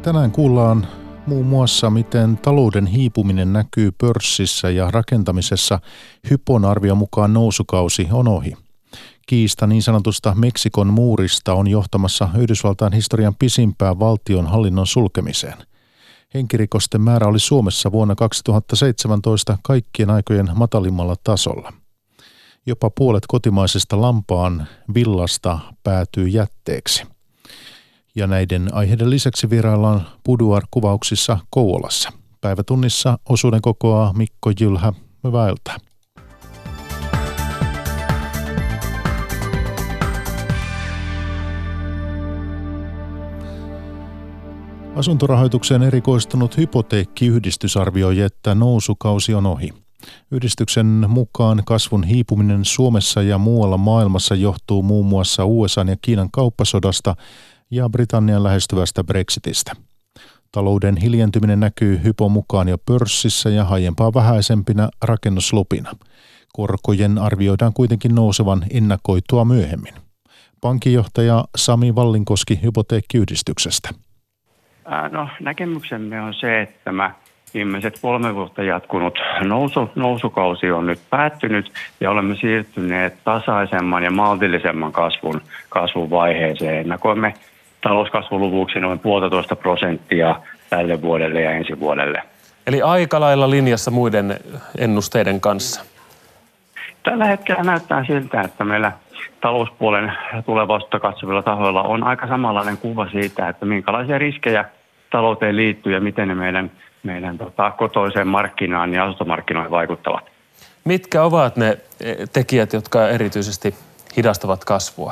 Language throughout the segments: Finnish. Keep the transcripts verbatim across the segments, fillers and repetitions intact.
Tänään kuullaan muun muassa, miten talouden hiipuminen näkyy pörssissä ja rakentamisessa. Hypon arvion mukaan nousukausi on ohi. Kiista niin sanotusta Meksikon muurista on johtamassa Yhdysvaltain historian pisimpään valtionhallinnon sulkemiseen. Henkirikosten määrä oli Suomessa vuonna kaksituhattaseitsemäntoista kaikkien aikojen matalimmalla tasolla. Jopa puolet kotimaisesta lampaan villasta päätyy jätteeksi. Ja näiden aiheiden lisäksi vieraillaan Boudoir-kuvauksissa Kouvolassa. Päivätunnissa osuuden kokoaa Mikko Jylhä. Hyvää iltaa. Asuntorahoitukseen erikoistunut hypoteekkiyhdistys arvioi, että nousukausi on ohi. Yhdistyksen mukaan kasvun hiipuminen Suomessa ja muualla maailmassa johtuu muun muassa U S A:n ja Kiinan kauppasodasta ja Britannian lähestyvästä Brexitistä. Talouden hiljentyminen näkyy Hypon mukaan jo pörssissä ja aiempaa vähäisempinä rakennuslupina. Korkojen arvioidaan kuitenkin nousevan ennakoitua myöhemmin. Pankinjohtaja Sami Vallinkoski Hypoteekkiyhdistyksestä. No, näkemyksemme on se, että tämä viimeiset kolme vuotta jatkunut nousu, nousukausi on nyt päättynyt ja olemme siirtyneet tasaisemman ja maltillisemman kasvun, kasvun vaiheeseen. Ennakoimme talouskasvuluvuksi noin puolitoista prosenttia tälle vuodelle ja ensi vuodelle. Eli aika lailla linjassa muiden ennusteiden kanssa. Tällä hetkellä näyttää siltä, että meillä talouspuolen tulevaisuutta katsovilla tahoilla on aika samanlainen kuva siitä, että minkälaisia riskejä talouteen liittyy ja miten ne meidän, meidän tota, kotoiseen markkinaan ja asuntomarkkinoihin vaikuttavat. Mitkä ovat ne tekijät, jotka erityisesti hidastavat kasvua?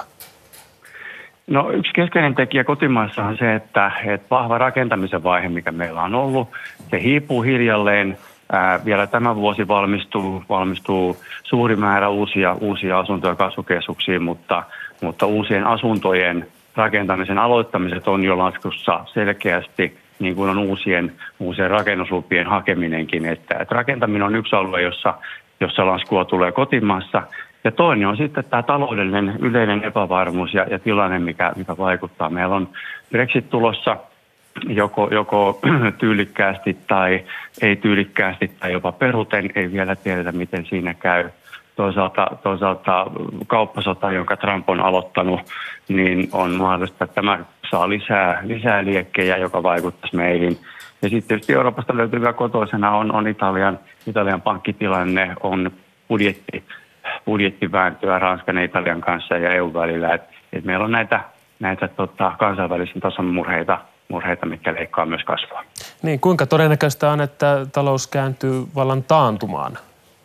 No, yksi keskeinen tekijä kotimaassa on se, että, että vahva rakentamisen vaihe, mikä meillä on ollut, se hiipuu hiljalleen. Ää, vielä tämä vuosi valmistuu, valmistuu suuri määrä uusia, uusia asuntoja kasvukeskuksiin, mutta, mutta uusien asuntojen rakentamisen aloittamiset on jo laskussa selkeästi, niin kuin on uusien, uusien rakennuslupien hakeminenkin. Että, että rakentaminen on yksi alue, jossa, jossa laskua tulee kotimaassa. Ja toinen on sitten tämä taloudellinen yleinen epävarmuus ja, ja tilanne, mikä, mikä vaikuttaa. Meillä on Brexit tulossa joko, joko tyylikkäästi tai ei tyylikkäästi tai jopa peruten. Ei vielä tiedetä, miten siinä käy. Toisaalta, toisaalta kauppasota, jonka Trump on aloittanut, niin on mahdollista, että tämä saa lisää, lisää liekkejä, joka vaikuttaisi meihin. Ja sitten tietysti Euroopasta löytyvä kotoisena on, on Italian, Italian pankkitilanne, on budjetti. budjettivääntöä Ranskan ja Italian kanssa ja E U välillä. Et, et meillä on näitä, näitä tota, kansainvälisen tason murheita, murheita, mitkä leikkaa myös kasvua. Niin, kuinka todennäköistä on, että talous kääntyy vallan taantumaan?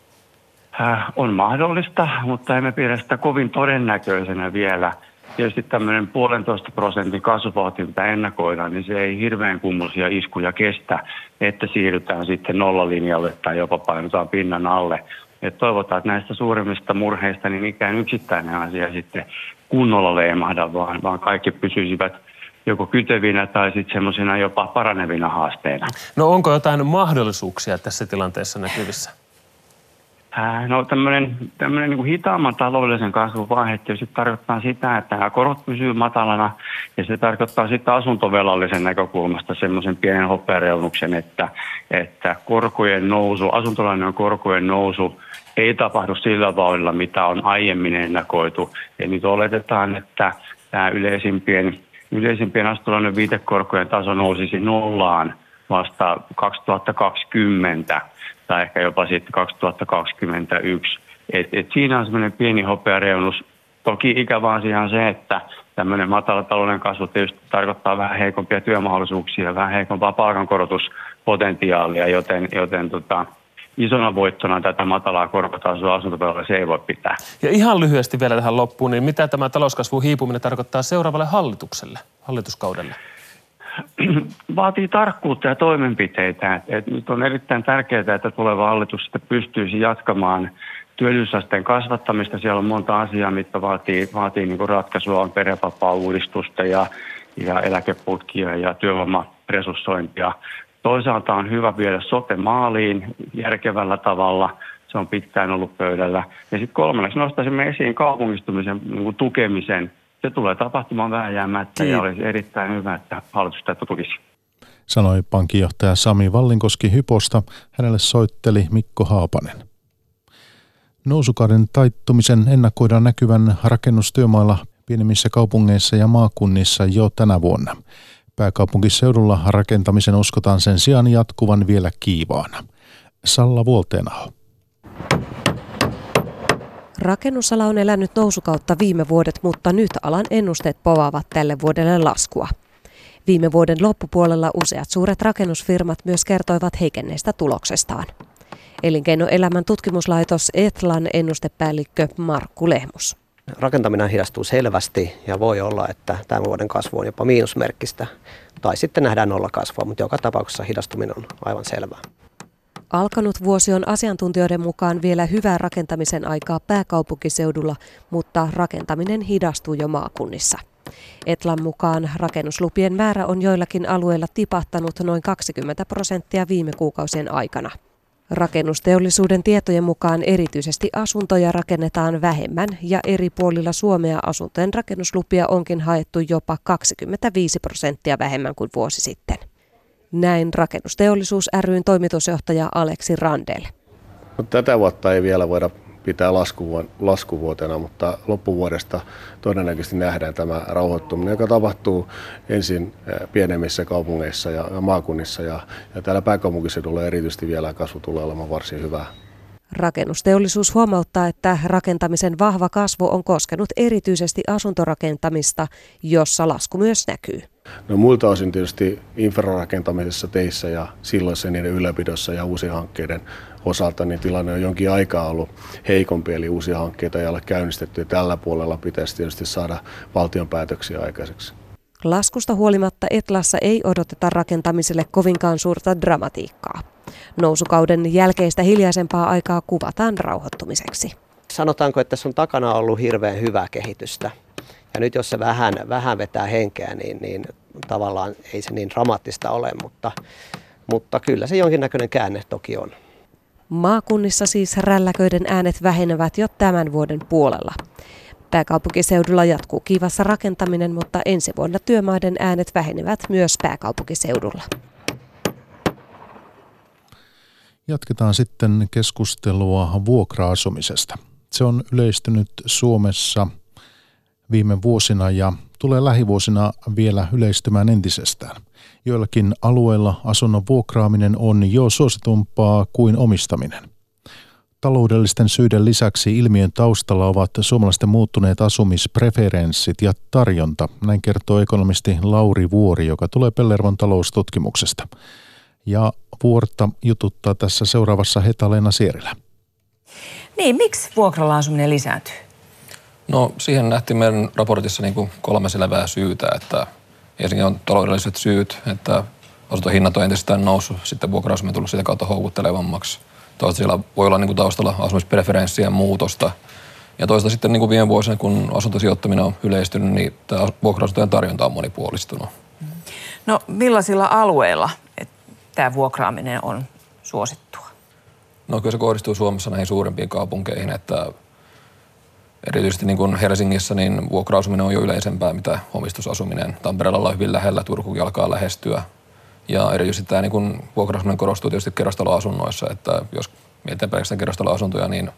Äh, on mahdollista, mutta emme pidä sitä kovin todennäköisenä vielä. Tietysti tämmöinen puolentoista prosentin kasvuvauhti, mitä ennakoidaan, niin se ei hirveän kummoisia iskuja kestä, että siirrytään sitten nollalinjalle tai jopa painutaan pinnan alle. Et toivotaan, että näistä suurimmista murheista niin ikään yksittäinen asia sitten kunnolla leimahda, vaan, vaan kaikki pysyisivät joko kytevinä tai sitten semmoisina jopa paranevina haasteina. No onko jotain mahdollisuuksia tässä tilanteessa näkyvissä? Äh, no tämmöinen, tämmöinen niin kuin hitaamman taloudellisen kasvun vaihe tietysti tarkoittaa sitä, että nämä korot pysyy matalana ja se tarkoittaa sitten asuntovelallisen näkökulmasta semmoisen pienen hopeareunuksen, että, että korkojen nousu, asuntolainojen korkojen nousu ei tapahdu sillä vauhdilla, mitä on aiemmin ennakoitu. Ja nyt oletetaan, että tämä yleisimpien, yleisimpien asuntolainojen viitekorkojen taso nousisi nollaan vasta kaksituhattakaksikymmentä tai ehkä jopa sitten kaksituhattakaksikymmentäyksi. Et, et siinä on semmoinen pieni hopeareunus. Toki ikävä asia on se, että tämmöinen matala talouden kasvu tietysti tarkoittaa vähän heikompia työmahdollisuuksia, vähän heikompaa palkankorotuspotentiaalia, joten, joten tota, isona voittona tätä matalaa korkotasoa asuntovelalla se ei voi pitää. Ja ihan lyhyesti vielä tähän loppuun, niin mitä tämä talouskasvun hiipuminen tarkoittaa seuraavalle hallitukselle, hallituskaudelle? Vaatii tarkkuutta ja toimenpiteitä. Et, et nyt on erittäin tärkeää, että tuleva hallitus sitten pystyisi jatkamaan työllisyysasteen kasvattamista. Siellä on monta asiaa, mitkä vaatii, vaatii niin kuin ratkaisua, on perhevapaa-uudistusta ja, ja eläkeputkia ja työvoimaresurssointia. Toisaalta on hyvä viedä sote maaliin järkevällä tavalla. Se on pitkään ollut pöydällä. Ja sitten kolmanneksi nostaisimme esiin kaupungistumisen niin kuin tukemisen. Se tulee tapahtumaan vääjäämättä ja olisi erittäin hyvä, että hallitus tätä tukisi. sanoi pankinjohtaja Sami Vallinkoski Hyposta. Hänelle soitteli Mikko Haapanen. Nousukauden taittumisen ennakoidaan näkyvän rakennustyömailla pienemmissä kaupungeissa ja maakunnissa jo tänä vuonna. Pääkaupunkiseudulla rakentamisen uskotaan sen sijaan jatkuvan vielä kiivaana. Salla Vuolteenaho. Rakennusala on elänyt nousukautta viime vuodet, mutta nyt alan ennusteet povaavat tälle vuodelle laskua. Viime vuoden loppupuolella useat suuret rakennusfirmat myös kertoivat heikenneestä tuloksestaan. Elinkeinoelämän tutkimuslaitos Etlan ennustepäällikkö Markku Lehmus. Rakentaminen hidastuu selvästi ja voi olla, että tämän vuoden kasvu on jopa miinusmerkkistä. Tai sitten nähdään nollakasvua, mutta joka tapauksessa hidastuminen on aivan selvää. Alkanut vuosi on asiantuntijoiden mukaan vielä hyvää rakentamisen aikaa pääkaupunkiseudulla, mutta rakentaminen hidastuu jo maakunnissa. Etlan mukaan rakennuslupien määrä on joillakin alueilla tipahtanut noin kaksikymmentä prosenttia viime kuukausien aikana. Rakennusteollisuuden tietojen mukaan erityisesti asuntoja rakennetaan vähemmän ja eri puolilla Suomea asuntojen rakennuslupia onkin haettu jopa kaksikymmentäviisi prosenttia vähemmän kuin vuosi sitten. Näin Rakennusteollisuus ry:n toimitusjohtaja Aleksi Randel. Tätä vuotta ei vielä voida pitää laskuvuotena, mutta loppuvuodesta todennäköisesti nähdään tämä rauhoittuminen, joka tapahtuu ensin pienemmissä kaupungeissa ja maakunnissa. Ja, ja täällä pääkaupunkiseudulla erityisesti vielä kasvu tulee olemaan varsin hyvää. Rakennusteollisuus huomauttaa, että rakentamisen vahva kasvu on koskenut erityisesti asuntorakentamista, jossa lasku myös näkyy. No, muilta osin tietysti infrarakentamisessa, teissä ja silloissa niiden ylläpidossa ja uusien hankkeiden osalta niin tilanne on jonkin aikaa ollut heikompi, eli uusia hankkeita ei ole käynnistetty ja tällä puolella pitäisi tietysti saada valtion päätöksiä aikaiseksi. Laskusta huolimatta Etlassa ei odoteta rakentamiselle kovinkaan suurta dramatiikkaa. Nousukauden jälkeistä hiljaisempaa aikaa kuvataan rauhoittumiseksi. Sanotaanko, että tässä on takana ollut hirveän hyvää kehitystä. Ja nyt jos se vähän, vähän vetää henkeä, niin, niin tavallaan ei se niin dramaattista ole, mutta, mutta kyllä se jonkinnäköinen käänne toki on. Maakunnissa siis rälläköiden äänet vähenevät jo tämän vuoden puolella. Pääkaupunkiseudulla jatkuu kiivassa rakentaminen, mutta ensi vuonna työmaiden äänet vähenevät myös pääkaupunkiseudulla. Jatketaan sitten keskustelua vuokra-asumisesta. Se on yleistynyt Suomessa viime vuosina ja tulee lähivuosina vielä yleistymään entisestään. Joillakin alueilla asunnon vuokraaminen on jo suositumpaa kuin omistaminen. Taloudellisten syiden lisäksi ilmiön taustalla ovat suomalaisten muuttuneet asumispreferenssit ja tarjonta, näin kertoo ekonomisti Lauri Vuori, joka tulee Pellervon taloustutkimuksesta. Ja Vuorta jututtaa tässä seuraavassa Heta-Leena Sierilä. Niin, miksi vuokralla asuminen lisääntyy? No, siihen nähtiin meidän raportissa niin kuin kolme selvää syytä, että ensinnäkin on taloudelliset syyt, että asuntohinnat on entisestään noussut, sitten vuokra-asuminen on tullut sitä kautta houkuttelevammaksi. Toisaalta siellä voi olla niin kuin taustalla asumispreferenssien muutosta. Ja toisaalta sitten niin kuin viime vuosina, kun asuntosijoittaminen on yleistynyt, niin tämä vuokra-asuntojen tarjonta on monipuolistunut. No, millaisilla alueilla tämä vuokraaminen on suosittua? No, kyllä se kohdistuu Suomessa näihin suurempiin kaupunkeihin, että erityisesti niin kuin Helsingissä niin vuokra-asuminen on jo yleisempää, mitä omistusasuminen. Tampereella ollaan hyvin lähellä, Turkukin alkaa lähestyä. Ja erityisesti tämä niin kuin vuokra-asuminen korostuu tietysti kerrostaloasunnoissa, että jos mietitään pelkästään kerrostaloasuntoja, niin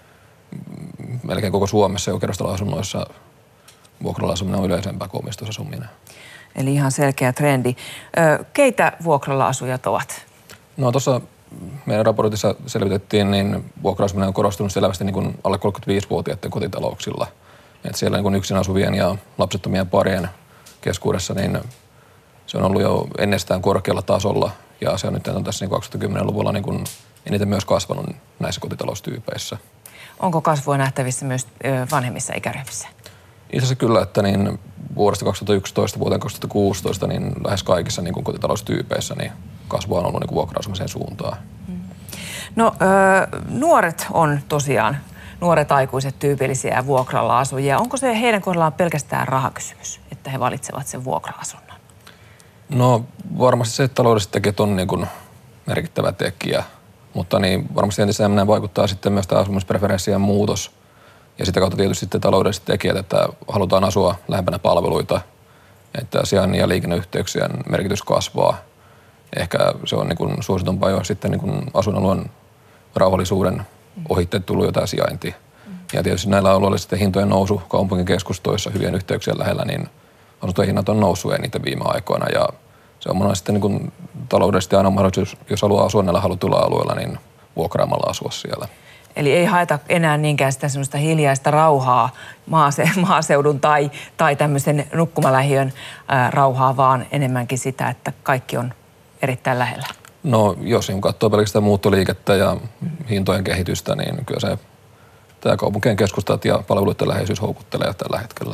melkein koko Suomessa jo kerrostaloasunnoissa vuokralla asuminen on yleisempää kuin omistusasuminen. Eli ihan selkeä trendi. Keitä vuokralla asujat ovat? No, tuossa meidän raportissa selvitettiin, niin vuokra-asuminen on korostunut selvästi niin kuin alle kolmekymmentäviisivuotiaiden kotitalouksilla. Et siellä niin kuin yksin asuvien ja lapsettomien parien keskuudessa niin se on ollut jo ennestään korkealla tasolla ja se on nyt on tässä niin kaksituhattakymmenluvulla niin kuin eniten myös kasvanut näissä kotitaloustyypeissä. Onko kasvua nähtävissä myös vanhemmissa ikäryhmissä? Itse asiassa kyllä, että niin vuodesta kaksituhattayksitoista vuoteen kaksituhattakuusitoista niin lähes kaikissa niin kuin kotitaloustyypeissä niin kasvua on ollut niin vuokra-asumisen suuntaan. No ö, nuoret on tosiaan, nuoret aikuiset tyypillisiä vuokralla asujia. Onko se heidän kohdallaan pelkästään rahakysymys, että he valitsevat sen vuokra-asunnon? No varmasti se, että taloudelliset tekijät on niin kuin merkittävä tekijä, mutta niin varmasti entisestään vaikuttaa sitten myös tämä asumispreferenssien muutos ja sitä kautta tietysti sitten taloudelliset tekijät, että halutaan asua lähempänä palveluita, että sijainnin ja liikenneyhteyksien merkitys kasvaa. ehkä se on niin kuin suositumpaa jo sitten niin kuin asuinalueen rauhallisuuden ohitteet tullut jotain sijaintia. Ja tietysti näillä alueilla sitten hintojen nousu kaupungin keskustoissa hyvien yhteyksien lähellä, niin asuntojen hinnat on noussut eniten viime aikoina. Ja se on monella sitten niin kuin taloudellisesti aina mahdollisuus, jos haluaa asua näillä halutuilla alueilla, niin vuokraamalla asua siellä. Eli ei haeta enää niinkään sitä semmoista hiljaista rauhaa maase, maaseudun tai, tai tämmöisen nukkumalähiön ää, rauhaa, vaan enemmänkin sitä, että kaikki on erittäin lähellä. No jos katsoo pelkästään muuttoliikettä ja hintojen kehitystä, niin kyllä se tämä kaupunkien keskustat ja palveluiden läheisyys houkuttelee tällä hetkellä.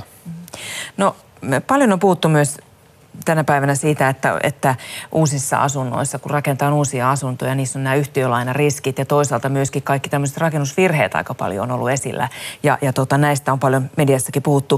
No paljon on puhuttu myös tänä päivänä siitä, että, että uusissa asunnoissa, kun rakentaa uusia asuntoja, niissä on nämä yhtiölainariskit ja toisaalta myöskin kaikki tämmöiset rakennusvirheet aika paljon on ollut esillä. Ja, ja tota, näistä on paljon mediassakin puhuttu.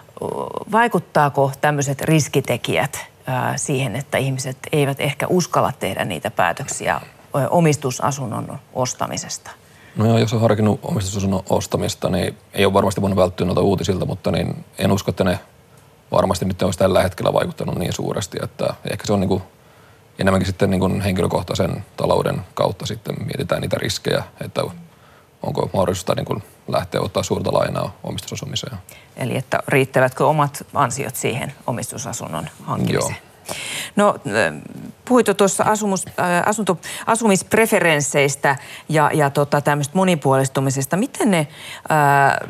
Vaikuttaako tämmöiset riskitekijät ää, siihen, että ihmiset eivät ehkä uskalla tehdä niitä päätöksiä ä, omistusasunnon ostamisesta? No joo, jos on harkinnut omistusasunnon ostamista, niin ei ole varmasti voinut välttyä noilta uutisilta, mutta niin en usko, että ne varmasti nyt olisi tällä hetkellä vaikuttanut niin suuresti, että ehkä se on niin kuin enemmänkin sitten niin kuin henkilökohtaisen talouden kautta sitten mietitään niitä riskejä, että onko mahdollista niin kuin lähteä ottaa suurta lainaa omistusasumiseen. Eli että riittävätkö omat ansiot siihen omistusasunnon hankkimiseen? Joo. No puhuit jo tuossa asumus, asunto, asumispreferensseistä ja, ja tota, tämmöistä monipuolistumisesta. Miten ne ää,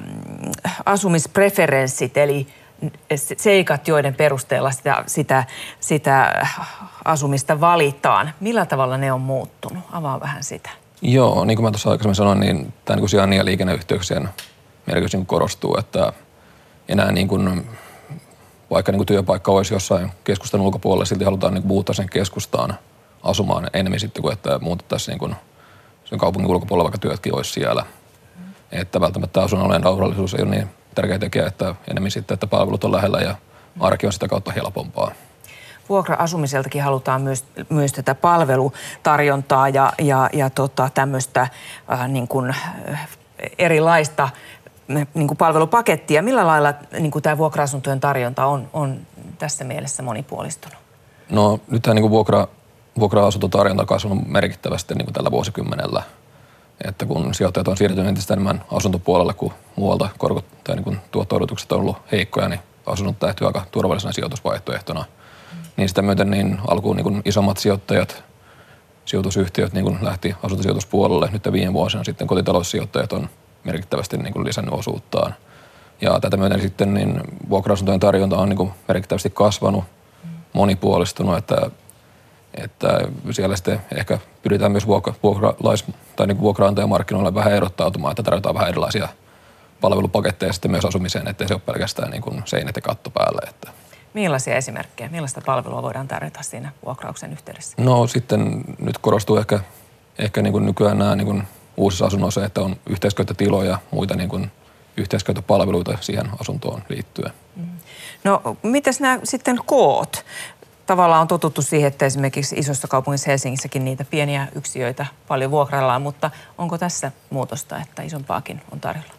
asumispreferenssit, eli seikat, joiden perusteella sitä, sitä, sitä asumista valitaan, millä tavalla ne on muuttunut? Avaa vähän sitä. Joo, niin kuin mä tuossa aikaisemmin sanoin, niin tämä niin sijainnin ja liikenneyhteyksien merkitys niin korostuu, että enää niin kuin, vaikka niin kuin työpaikka olisi jossain keskustan ulkopuolella, silti halutaan niin kuin muuttaa sen keskustaan asumaan enemmän sitten kuin että muutettaisiin niin kuin sen kaupungin ulkopuolella, vaikka työtkin olisi siellä. Mm. Että välttämättä asunnollinen rauhallisuus ei ole niin tärkeä tekijä, että enemmän sitten, että palvelut on lähellä ja arki on sitä kautta helpompaa. Vuokra-asumiseltakin halutaan myös, myös tätä palvelutarjontaa ja, ja, ja tota, tämmöistä äh, niin kuin, äh, erilaista niin kuin palvelupakettia. Millä lailla niin kuin tämä vuokra-asuntojen tarjonta on, on tässä mielessä monipuolistunut? No nyt tämä niin kuin vuokra, vuokra-asuntotarjonta on kasvanut merkittävästi niin kuin tällä vuosikymmenellä. Että kun sijoittajat on siirtynyt entistä enemmän asuntopuolelle kuin muualta, korkot tai niin kuin tuotto-odotukset on ollut heikkoja, niin asunnot täytyy aika turvallisena sijoitusvaihtoehtona. Mm. Niin sitä myöten niin alkuun niin kuin isommat sijoittajat, sijoitusyhtiöt niin kuin lähti asuntosijoituspuolelle. Nyt viime vuosina sitten kotitaloussijoittajat on merkittävästi niin kuin lisännyt osuuttaan. Ja tätä myöten sitten niin vuokra-asuntojen tarjonta on niin kuin merkittävästi kasvanut, mm. monipuolistunut, että Että siellä sitten ehkä pyritään myös vuokra, vuokralais, tai niin vuokraantajamarkkinoille vähän erottautumaan, että tarjotaan vähän erilaisia palvelupaketteja sitten myös asumiseen, ettei se ole pelkästään niin kuin seinät ja katto päälle. Että. Millaisia esimerkkejä, millaista palvelua voidaan tarjota siinä vuokrauksen yhteydessä? No sitten nyt korostuu ehkä, ehkä niin kuin nykyään nämä niin kuin uusissa asunnoissa, että on yhteiskäyttötiloja ja muita niin kuin yhteiskäyttöpalveluita siihen asuntoon liittyen. No mitäs nämä sitten koot? Tavallaan on totuttu siihen, että esimerkiksi isossa kaupungissa Helsingissäkin niitä pieniä yksiöitä paljon vuokraillaan, mutta onko tässä muutosta, että isompaakin on tarjolla?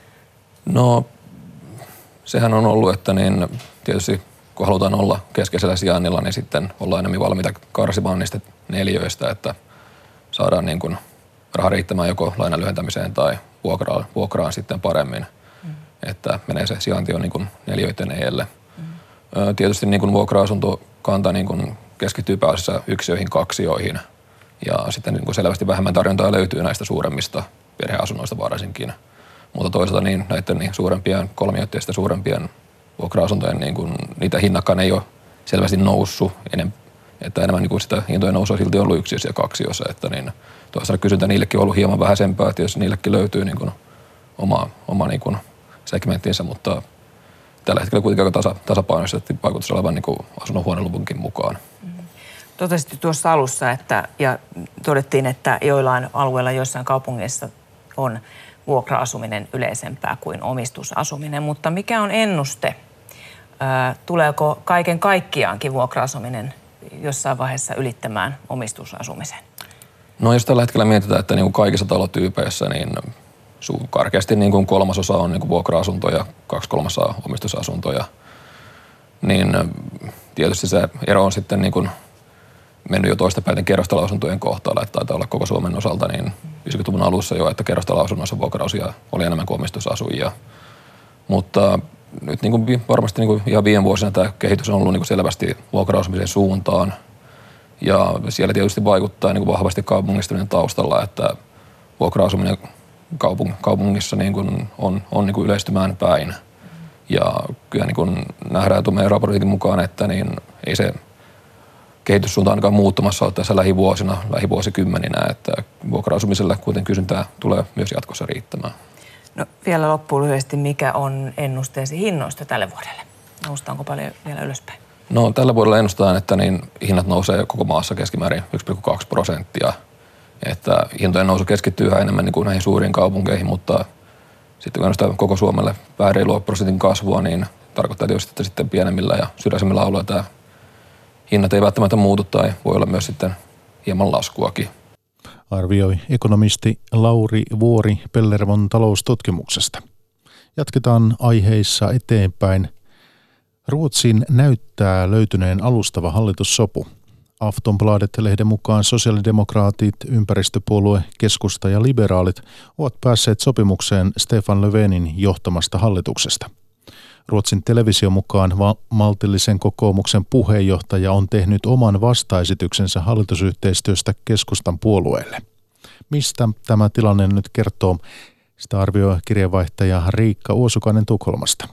No sehän on ollut, että niin tietysti kun halutaan olla keskeisellä sijainnilla, niin sitten ollaan enemmän valmiita karsimaan niistä neliöistä, että saadaan niin kuin raha riittämään joko lainan lyhentämiseen tai vuokraan, vuokraan sitten paremmin, mm. että menee se sijainti on niin kuin neliöiden eelle. Mm. Tietysti niin kuin vuokra-asunto kanta niin kuin keskittyy pääasiassa yksiöihin, kaksioihin ja sitten niin kuin selvästi vähemmän tarjontaa löytyy näistä suuremmista perheasunnoista varsinkin. Mutta toisaalta niin näiden niin suurempien kolmioitteista suurempien vuokra-asuntojen niin kuin, niitä hinnakkaan ei ole selvästi noussut, enem, että enemmän niin kuin sitä hintojen nousua silti ollut yksiössä ja kaksiossa, että niin toisaalta kysyntä niillekin on ollut hieman vähäisempää, että jos niillekin löytyy niin kuin oma, oma niin kuin segmenttinsä, mutta tällä hetkellä kuitenkin aika tasa, tasapainoisesti vaikutus olevan niin kuin asunnon huoneluvunkin mukaan. Mm-hmm. Totesitte tuossa alussa, että, ja todettiin, että joillain alueilla, joissain kaupungeissa on vuokra-asuminen yleisempää kuin omistusasuminen, mutta mikä on ennuste? Ää, tuleeko kaiken kaikkiaankin vuokra-asuminen jossain vaiheessa ylittämään omistusasumisen? No jos tällä hetkellä mietitään, että niin kuin kaikissa talotyypeissä, niin karkeasti niin kuin kolmasosa on niin kuin vuokra-asuntoja, kaksi kolmasosaa omistusasuntoja, niin tietysti se ero on sitten niin kuin mennyt jo toista päivän kerrostaloasuntojen kohtaan, että taitaa olla koko Suomen osalta niin viisikymmentäluvun alussa jo, että kerrostaloasunnoissa vuokrausia oli enemmän kuin omistusasujia. Mutta nyt niin kuin varmasti niin kuin ihan viime vuosina tämä kehitys on ollut niin kuin selvästi vuokrausumisen suuntaan. Ja siellä tietysti vaikuttaa niin kuin vahvasti kaupungistuminen taustalla, että vuokrausuminen kaupung- kaupungissa niin kuin on, on niin kuin yleistymään päin. Ja kyllä niin kuin nähdään meidän raportin mukaan, että niin ei se kehityssuunta ainakaan muuttumassa ole tässä lähivuosina, lähivuosikymmeninä, että vuokra-asumiselle kuitenkin kysyntää tulee myös jatkossa riittämään. No vielä loppuun lyhyesti, mikä on ennusteesi hinnoista tälle vuodelle? Noustaanko paljon vielä ylöspäin? No tällä vuodella ennustetaan, että niin hinnat nousee koko maassa keskimäärin yksi pilkku kaksi prosenttia. Että hintojen nousu keskittyy yhä enemmän niin kuin näihin suuriin kaupunkeihin, mutta sitten kun ennustaa koko Suomelle vähän reilua prosentin kasvua, niin tarkoittaa tietysti, että sitten pienemmillä ja syrjäisemmillä alueilla tämä hinnat ei välttämättä muutu tai voi olla myös sitten hieman laskuakin. Arvioi ekonomisti Lauri Vuori Pellervon taloustutkimuksesta. Jatketaan aiheissa eteenpäin. Ruotsin näyttää löytyneen alustava hallitussopu. Aftonbladet-lehden mukaan sosiaalidemokraatit, ympäristöpuolue, keskusta ja liberaalit ovat päässeet sopimukseen Stefan Löfvenin johtamasta hallituksesta. Ruotsin television mukaan va- maltillisen kokoomuksen puheenjohtaja on tehnyt oman vastaesityksensä hallitusyhteistyöstä keskustan puolueelle. Mistä tämä tilanne nyt kertoo? Sitä arvioi kirjeenvaihtaja Riikka Uosukainen Tukholmasta.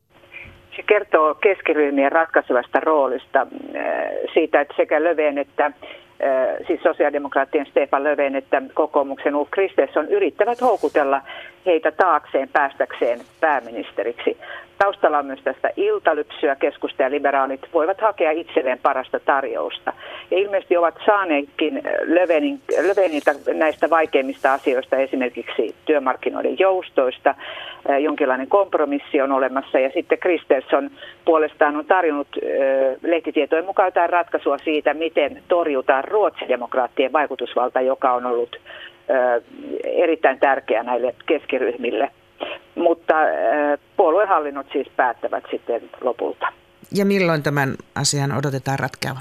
Se kertoo keskiryhmien ratkaisevasta roolista siitä, että sekä Löfven että siis sosiaalidemokraattien Stefan Löfven että kokoomuksen Ulf Kristersson yrittävät houkutella heitä taakseen päästäkseen pääministeriksi. Taustalla on myös tästä iltalypsyä. Keskusta ja liberaalit voivat hakea itselleen parasta tarjousta. Ja ilmeisesti ovat saaneetkin Löfvenin, Löfveniltä näistä vaikeimmista asioista, esimerkiksi työmarkkinoiden joustoista. Jonkinlainen kompromissi on olemassa ja sitten Kristersson puolestaan on tarjonnut lehtitietojen mukaan jotain ratkaisua siitä, miten torjutaan ruotsidemokraattien vaikutusvalta, joka on ollut erittäin tärkeä näille keskiryhmille. Mutta puoluehallinnot siis päättävät sitten lopulta. Ja milloin tämän asian odotetaan ratkeavan?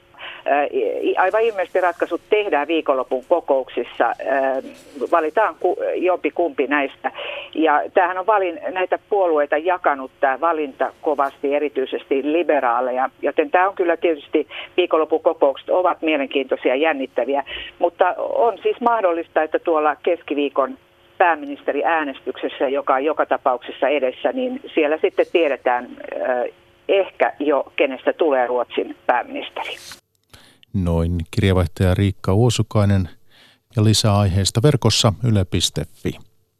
Aivan ilmeisesti ratkaisut tehdään viikonlopun kokouksissa. Valitaan jompi kumpi näistä. Ja tämähän on valin, näitä puolueita jakanut tämä valinta kovasti, erityisesti liberaaleja. Joten tämä on kyllä tietysti, viikonlopun kokoukset ovat mielenkiintoisia ja jännittäviä. Mutta on siis mahdollista, että tuolla keskiviikon pääministeriäänestyksessä, joka on joka tapauksessa edessä, niin siellä sitten tiedetään äh, ehkä jo, kenestä tulee Ruotsin pääministeri. Noin kirjeenvaihtaja Riikka Uosukainen ja lisää aiheesta verkossa yle piste fi.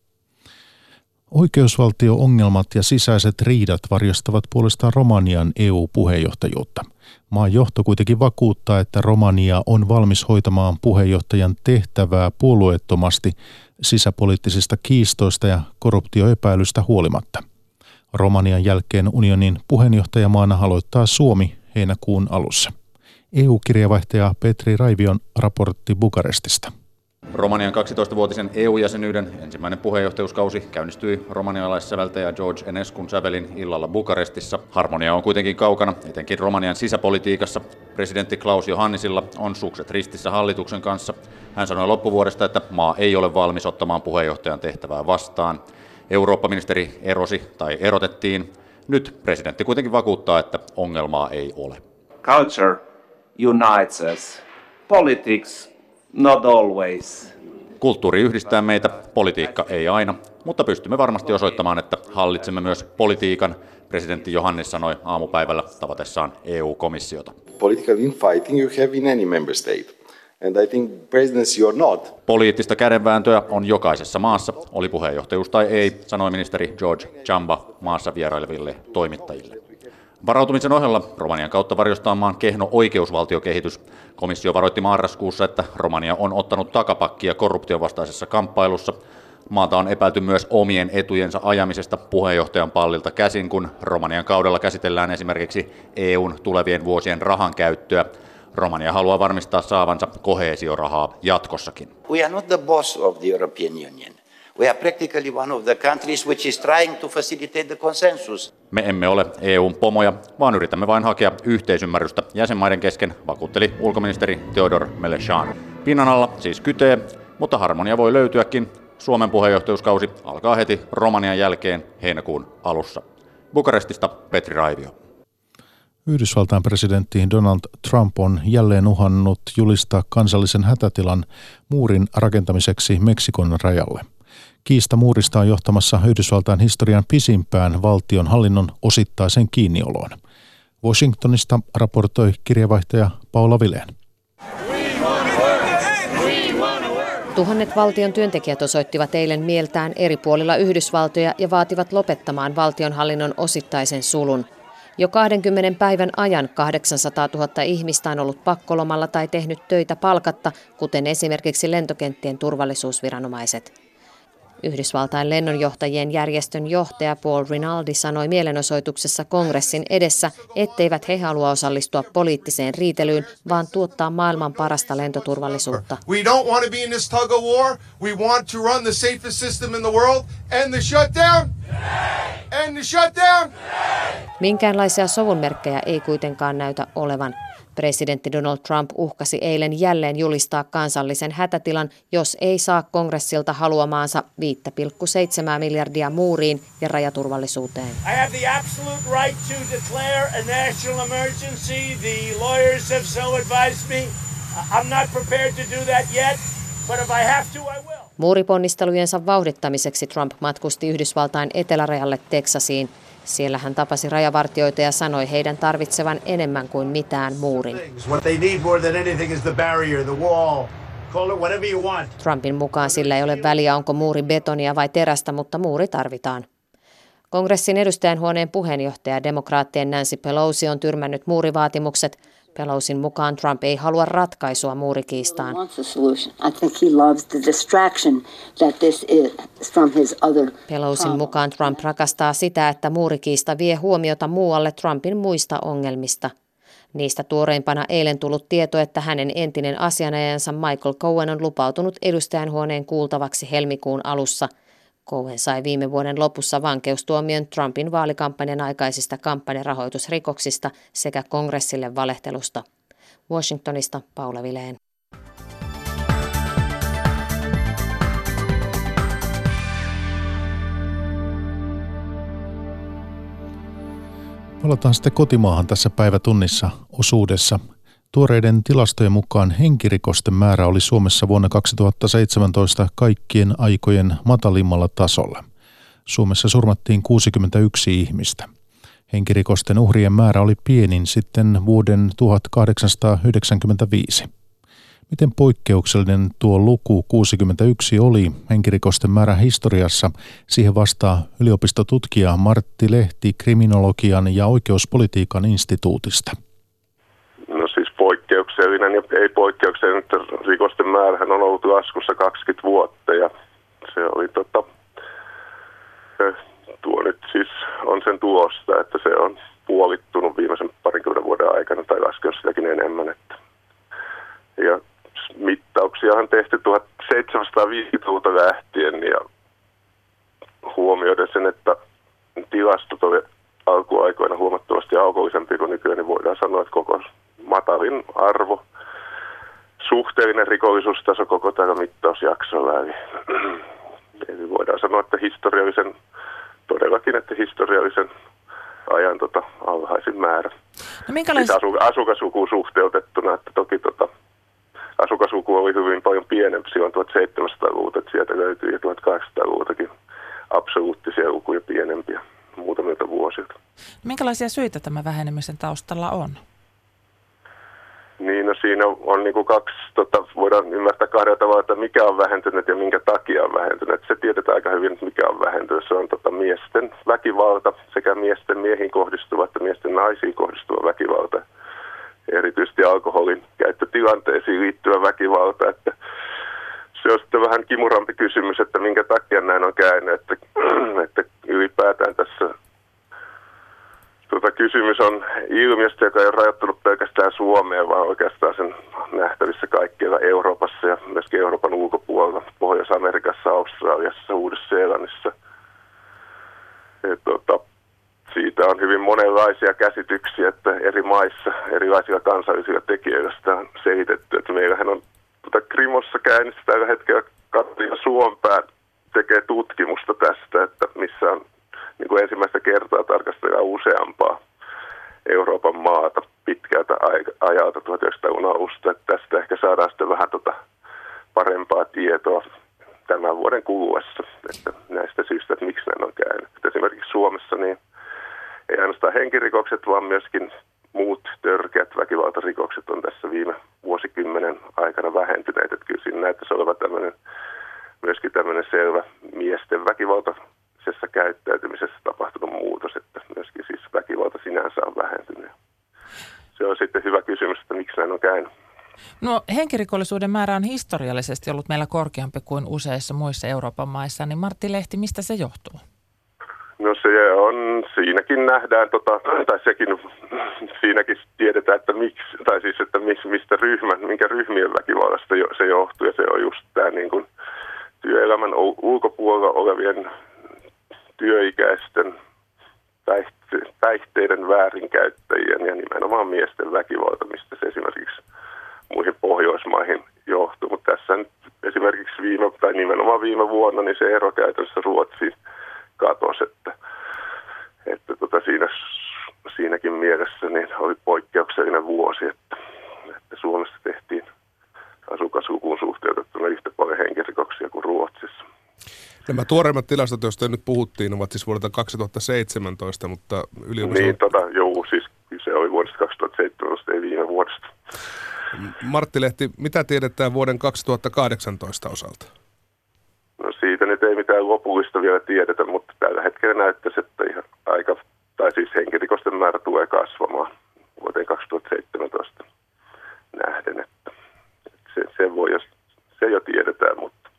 Oikeusvaltio-ongelmat ja sisäiset riidat varjostavat puolestaan Romanian E U-puheenjohtajuutta. Maan johto kuitenkin vakuuttaa, että Romania on valmis hoitamaan puheenjohtajan tehtävää puolueettomasti sisäpoliittisista kiistoista ja korruptioepäilystä huolimatta. Romanian jälkeen unionin puheenjohtajamaana aloittaa Suomi heinäkuun alussa. E U-kirjeenvaihtaja Petri Raivion raportti Bukarestista. Romanian kaksitoistavuotisen E U-jäsenyyden ensimmäinen puheenjohtajuuskausi käynnistyi romanialaissäveltäjä George Enescun sävelin illalla Bukarestissa. Harmonia on kuitenkin kaukana, etenkin Romanian sisäpolitiikassa. Presidentti Klaus Johannisilla on sukset ristissä hallituksen kanssa. Hän sanoi loppuvuodesta, että maa ei ole valmis ottamaan puheenjohtajan tehtävää vastaan. Eurooppa-ministeri erosi tai erotettiin. Nyt presidentti kuitenkin vakuuttaa, että ongelmaa ei ole. Culture unites us. Politics not always. Kulttuuri yhdistää meitä, politiikka ei aina, mutta pystymme varmasti osoittamaan, että hallitsemme myös politiikan, presidentti Johannes sanoi aamupäivällä tavatessaan E U-komissiota. Political infighting you have in any member state. And I think presidency or not. Poliittista kädenvääntöä on jokaisessa maassa, oli puheenjohtajuus tai ei, sanoi ministeri George Chamba maassa vieraileville toimittajille. Varautumisen ohella Romanian kautta varjostaa maan kehno oikeusvaltiokehitys. Komissio varoitti marraskuussa, että Romania on ottanut takapakkia korruption vastaisessa kamppailussa. Maata on epäilty myös omien etujensa ajamisesta puheenjohtajan pallilta käsin, kun Romanian kaudella käsitellään esimerkiksi E U:n tulevien vuosien rahan käyttöä. Romania haluaa varmistaa saavansa koheesiorahaa jatkossakin. We are not the boss of the European Union. We are practically one of the countries which is trying to facilitate the consensus. Me emme ole E U:n pomoja, vaan yritämme vain hakea yhteisymmärrystä jäsenmaiden kesken, vakuutteli ulkoministeri Theodor Meleshan. Pinnan alla siis kytee, mutta harmonia voi löytyäkin. Suomen puheenjohtajuuskausi alkaa heti Romanian jälkeen heinäkuun alussa. Bukarestista Petri Raivio. Yhdysvaltain presidentti Donald Trump on jälleen uhannut julistaa kansallisen hätätilan muurin rakentamiseksi Meksikon rajalle. Kiista muurista on johtamassa Yhdysvaltain historian pisimpään valtion hallinnon osittaisen kiinnioloon. Washingtonista raportoi kirjeenvaihtaja Paula Vileen. Tuhannet valtion työntekijät osoittivat eilen mieltään eri puolilla Yhdysvaltoja ja vaativat lopettamaan valtionhallinnon osittaisen sulun. Jo kaksikymmentä päivän ajan kahdeksansataatuhatta ihmistä on ollut pakkolomalla tai tehnyt töitä palkatta, kuten esimerkiksi lentokenttien turvallisuusviranomaiset. Yhdysvaltain lennonjohtajien järjestön johtaja Paul Rinaldi sanoi mielenosoituksessa kongressin edessä, etteivät he halua osallistua poliittiseen riitelyyn, vaan tuottaa maailman parasta lentoturvallisuutta. We don't want to be in this tug of war. We want to run the safest system in the world. End the shutdown. End the shutdown. Minkäänlaisia sovun merkkejä ei kuitenkaan näytä olevan. Presidentti Donald Trump uhkasi eilen jälleen julistaa kansallisen hätätilan, jos ei saa kongressilta haluamaansa viisi pilkku seitsemän miljardia muuriin ja rajaturvallisuuteen. I have the absolute right to declare a national emergency. The lawyers have so advised me. I'm not prepared to do that yet, but if I have to, I will. Muuriponnistelujensa vauhdittamiseksi Trump matkusti Yhdysvaltain etelärajalle Teksasiin. Siellä hän tapasi rajavartioita ja sanoi heidän tarvitsevan enemmän kuin mitään muurin. Trumpin mukaan sillä ei ole väliä, onko muuri betonia vai terästä, mutta muuri tarvitaan. Kongressin edustajanhuoneen puheenjohtaja demokraattien Nancy Pelosi on tyrmännyt muurivaatimukset. Pelosin mukaan Trump ei halua ratkaisua muurikiistaan. Pelosin mukaan Trump rakastaa sitä, että muurikiista vie huomiota muualle Trumpin muista ongelmista. Niistä tuoreimpana eilen tullut tieto, että hänen entinen asianajajansa Michael Cohen on lupautunut edustajanhuoneen kuultavaksi helmikuun alussa. Cohen sai viime vuoden lopussa vankeustuomion Trumpin vaalikampanjan aikaisista kampanjarahoitusrikoksista sekä kongressille valehtelusta. Washingtonista Paula Vileen. Palataan sitten kotimaahan tässä päivätunnissa osuudessa. Tuoreiden tilastojen mukaan henkirikosten määrä oli Suomessa vuonna kaksituhattaseitsemäntoista kaikkien aikojen matalimmalla tasolla. Suomessa surmattiin kuusikymmentäyksi ihmistä. Henkirikosten uhrien määrä oli pienin sitten vuoden tuhatkahdeksansataayhdeksänkymmentäviisi. Miten poikkeuksellinen tuo luku kuusikymmentäyksi oli henkirikosten määrä historiassa? Siihen vastaa yliopistotutkija Martti Lehti kriminologian ja oikeuspolitiikan instituutista. No siis poikkeuksellinen ja ei poikkeuksellinen, että rikosten määrähän on ollut laskussa kaksikymmentä vuotta ja se oli tota, tuo nyt siis on sen tulosta, että se on puolittunut viimeisen parinkymmenen vuoden aikana tai laskenut sitäkin enemmän. Että. Ja mittauksia on tehty tuhatseitsemänsataaviisikymmentäluvulta lähtien ja huomioiden sen, että tilastot oli alkuaikoina huomattavasti alkoholisempi kuin nykyään, niin voidaan sanoa, että koko matalin arvo, suhteellinen rikollisuustaso koko tällä mittausjaksolla. Eli, eli voidaan sanoa, että historiallisen, todellakin, että historiallisen ajan tota, alhaisin määrä. No minkälais... siis asu, asukaslukuun suhteutettuna, että toki tota, asukasluku oli hyvin paljon pienempi silloin tuhatseitsemänsataaluvulta, että sieltä löytyy jo tuhatkahdeksansataaluvultakin absoluuttisia lukuja pienempiä muutamilta vuosilta. Minkälaisia syitä tämä vähenemisen taustalla on? Niin, no siinä on niin kuin kaksi, tota, voidaan ymmärtää kahdella tavalla, että mikä on vähentynyt ja minkä takia on vähentynyt. Se tiedetään aika hyvin, että mikä on vähentynyt. Se on tota, miesten väkivalta, sekä miesten miehiin kohdistuva että miesten naisiin kohdistuva väkivalta. Erityisesti alkoholin käyttötilanteisiin liittyvä väkivalta. Että se on sitten vähän kimurampi kysymys, että minkä takia näin on käynyt, että, että ylipäätään tässä Tota, kysymys on ilmiöstä, joka ei ole rajoittunut pelkästään Suomeen, vaan oikeastaan sen nähtävissä kaikkialla Euroopassa ja myöskin Euroopan ulkopuolella, Pohjois-Amerikassa, Australiassa, kansallisilla tekijöillä sitä on selitetty, että meillähän on tuota Krimossa käynnissä tällä hetkellä Katja Suompää tekee tutkimusta tästä, että missä on niin kuin ensimmäistä kertaa tarkastellaan useampaa Euroopan maata pitkältä ajalta tuhatyhdeksänsataaluvun alusta, että tästä ehkä saadaan sitten vähän tota parempaa tietoa tämän vuoden kuluessa, että näistä syistä, että miksi näin on käynyt. Että esimerkiksi Suomessa niin ei ainoastaan henkirikokset, vaan myöskin muut törkeät väkivaltarikokset on tässä viime vuosikymmenen aikana vähentyneet. Että kyllä siinä näyttäisi olevan tämmöinen, myöskin tämmöinen selvä miesten väkivaltaisessa käyttäytymisessä tapahtunut muutos, että myöskin siis väkivalta sinänsä on vähentynyt. Se on sitten hyvä kysymys, että miksi näin on käynyt. No henkirikollisuuden määrä on historiallisesti ollut meillä korkeampi kuin useissa muissa Euroopan maissa, niin Martti Lehti, mistä se johtuu? No se on, siinäkin nähdään, tota, tai sekin, siinäkin tiedetään, että miksi, tai siis, että mistä ryhmän, minkä ryhmien väkivallasta se johtuu, ja se on just tämä niin kuin työelämän ulkopuolella olevien työikäisten päihteiden väärinkäyttäjien ja nimenomaan miesten väkivalta, mistä se esimerkiksi muihin Pohjoismaihin johtuu, mutta tässä nyt esimerkiksi viime, tai nimenomaan viime vuonna, niin se ero käytännössä Ruotsiin katosi, että, että tota siinä, siinäkin mielessä niin oli poikkeuksellinen vuosi, että, että Suomessa tehtiin asukaslukuun suhteutettuna yhtä paljon henkirikoksia kuin Ruotsissa. Nämä tuoreimmat tilastot, joista nyt puhuttiin, ovat siis vuodelta kaksituhattaseitsemäntoista, mutta yliopisto... Niin, tota, joo, siis se oli vuodesta kaksituhattaseitsemäntoista, ei viime vuodesta. Martti Lehti, mitä tiedetään vuoden kaksituhattakahdeksantoista osalta? No siitä nyt ei mitään lopullista vielä tiedetä, mutta tällä hetkellä näyttäisi, että ihan aika, tai siis henkirikosten määrä tulee kasvamaan vuoteen kaksituhattaseitsemäntoista nähden, että se, se, voi, se jo tiedetään, mutta,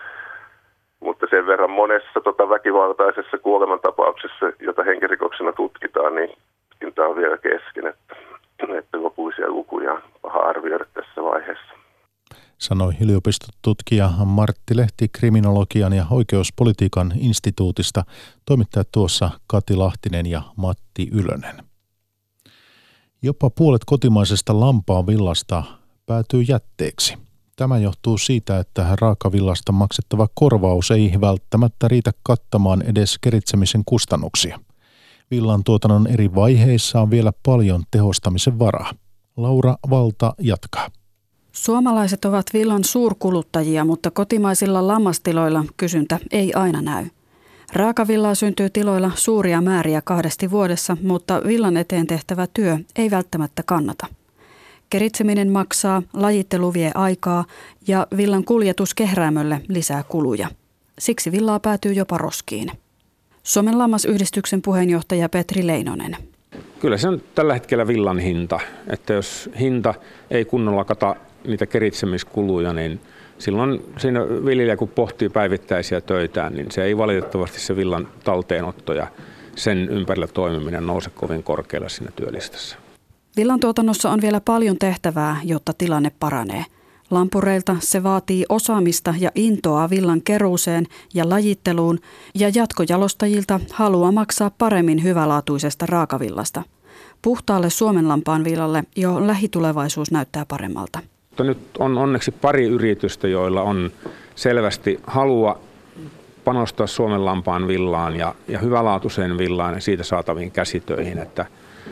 mutta sen verran monessa tota, väkivaltaisessa kuolemantapauksessa, jota henkirikoksena tutkitaan, niin tämä on vielä kesken, että, että lopullisia lukuja on paha arvioida tässä vaiheessa. Sanoi yliopistotutkija Martti Lehti kriminologian ja oikeuspolitiikan instituutista, toimittajat tuossa Kati Lahtinen ja Matti Ylönen. Jopa puolet kotimaisesta lampaanvillasta päätyy jätteeksi. Tämä johtuu siitä, että raakavillasta maksettava korvaus ei välttämättä riitä kattamaan edes keritsemisen kustannuksia. Villan tuotannon eri vaiheissa on vielä paljon tehostamisen varaa. Laura Valta jatkaa. Suomalaiset ovat villan suurkuluttajia, mutta kotimaisilla lammastiloilla kysyntä ei aina näy. Raakavillaa syntyy tiloilla suuria määriä kahdesti vuodessa, mutta villan eteen tehtävä työ ei välttämättä kannata. Keritseminen maksaa, lajittelu vie aikaa ja villan kuljetus kehräämölle lisää kuluja. Siksi villaa päätyy jopa roskiin. Suomen lammasyhdistyksen puheenjohtaja Petri Leinonen. Kyllä se on tällä hetkellä villan hinta, että jos hinta ei kunnolla kata niitä keritsemiskuluja, niin silloin siinä viljelijä kun pohtii päivittäisiä töitään, niin se ei valitettavasti se villan talteenotto ja sen ympärillä toimiminen nouse kovin korkealle siinä työlistassa. Villan tuotannossa on vielä paljon tehtävää, jotta tilanne paranee. Lampureilta se vaatii osaamista ja intoa villan keruuseen ja lajitteluun ja jatkojalostajilta halua maksaa paremmin hyvälaatuisesta raakavillasta. Puhtaalle suomenlampaan villalle jo lähitulevaisuus näyttää paremmalta. Nyt on onneksi pari yritystä, joilla on selvästi halua panostaa suomenlampaan villaan ja, ja hyvälaatuiseen villaan ja siitä saataviin käsitöihin, että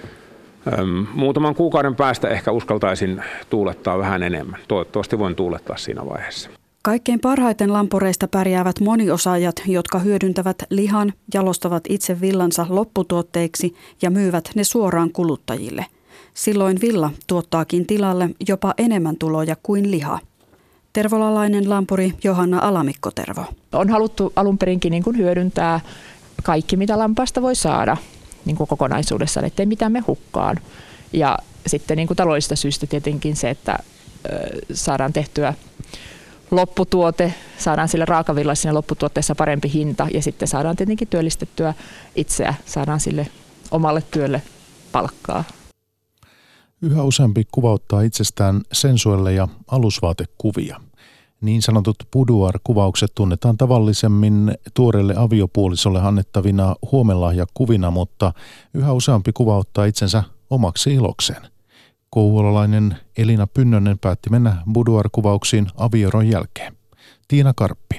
muutaman kuukauden päästä ehkä uskaltaisin tuulettaa vähän enemmän. Toivottavasti voin tuulettaa siinä vaiheessa. Kaikkein parhaiten lampureista pärjäävät moniosaajat, jotka hyödyntävät lihan, jalostavat itse villansa lopputuotteiksi ja myyvät ne suoraan kuluttajille. Silloin villa tuottaakin tilalle jopa enemmän tuloja kuin liha. Tervolalainen lampuri Johanna Alamikko-Tervo. On haluttu alun perinkin niin kuin hyödyntää kaikki, mitä lampaasta voi saada niin kuin kokonaisuudessaan, ettei mitään me hukkaan. Ja sitten niin kuin taloudellisista syistä tietenkin se, että saadaan tehtyä lopputuote, saadaan sille raakavilla siinä lopputuotteessa parempi hinta ja sitten saadaan tietenkin työllistettyä itseä, saadaan sille omalle työlle palkkaa. Yhä useampi kuvauttaa itsestään sensuelle ja alusvaatekuvia. Niin sanotut boudoir-kuvaukset tunnetaan tavallisemmin tuoreelle aviopuolisolle annettavina huomenlahjakuvina, mutta yhä useampi kuvauttaa itsensä omaksi ilokseen. Kouvolalainen Elina Pynnönen päätti mennä boudoir-kuvauksiin avioeron jälkeen. Tiina Karppi.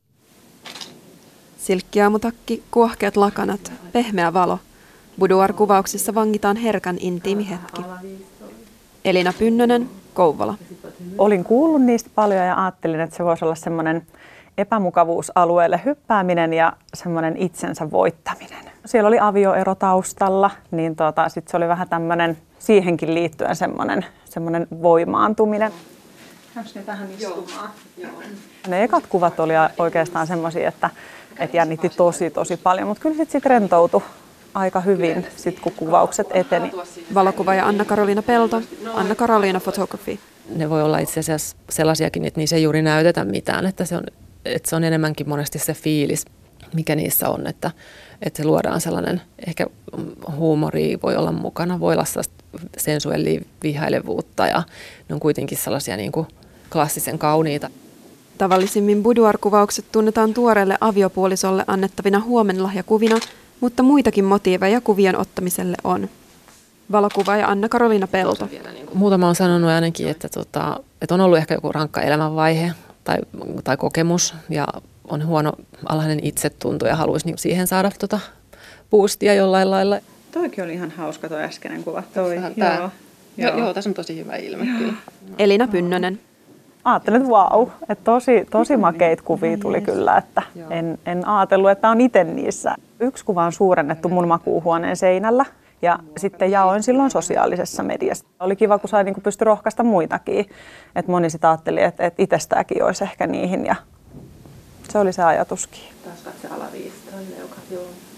Silkkiaamutakki, kuohkeat lakanat, pehmeä valo. Boudoir-kuvauksissa vangitaan herkän intiimi hetki. Elina Pynnönen, Kouvola. Olin kuullut niistä paljon ja ajattelin, että se voisi olla semmoinen epämukavuusalueelle hyppääminen ja semmoinen itsensä voittaminen. Siellä oli avioero taustalla, niin tota, sit se oli vähän tämmöinen siihenkin liittyen semmoinen, semmoinen voimaantuminen. Käykö ne tähän istumaan? Joo. Ne ekat kuvat oli oikeastaan semmoisia, että, että jännitti tosi tosi paljon, mutta kyllä sitten sit rentoutui aika hyvin, sit kun kuvaukset eteni. Valokuvaaja Anna-Karoliina Pelto, Anna-Karoliina Photography. Ne voi olla itse asiassa sellaisiakin, että niissä ei juuri näytetä mitään, että se on, että se on enemmänkin monesti se fiilis, mikä niissä on, että, että se luodaan sellainen, ehkä huumori voi olla mukana, voi olla sensuellia vihailevuutta ja ne on kuitenkin sellaisia niin kuin klassisen kauniita. Tavallisimmin boudoir-kuvaukset tunnetaan tuoreelle aviopuolisolle annettavina huomenlahjakuvina, mutta muitakin motiiveja kuvien ottamiselle on. Valokuvaaja Anna-Karoliina Pelto. Muutama on sanonut ainakin, että, tota, että on ollut ehkä joku rankka elämänvaihe tai, tai kokemus ja on huono alhainen itsetunto ja haluaisi niin siihen saada tota boostia jollain lailla. Toikin oli ihan hauska toi äskeinen kuva. Toi, joo. Joo, joo. joo, tässä on tosi hyvä ilme kyllä. Elina Pynnönen. Ajattelin, että vau, että tosi, tosi makeita kuvia tuli kyllä, että en, en ajatellut, että on itse niissä. Yksi kuva on suurennettu mun makuuhuoneen seinällä ja sitten jaoin silloin sosiaalisessa mediassa. Oli kiva, kun sai niin pysty rohkaista muitakin, että moni sitä ajatteli, että, että itsestäänkin olisi ehkä niihin ja se oli se ajatuskin. Taas katse alaviistoon, leukat, joo.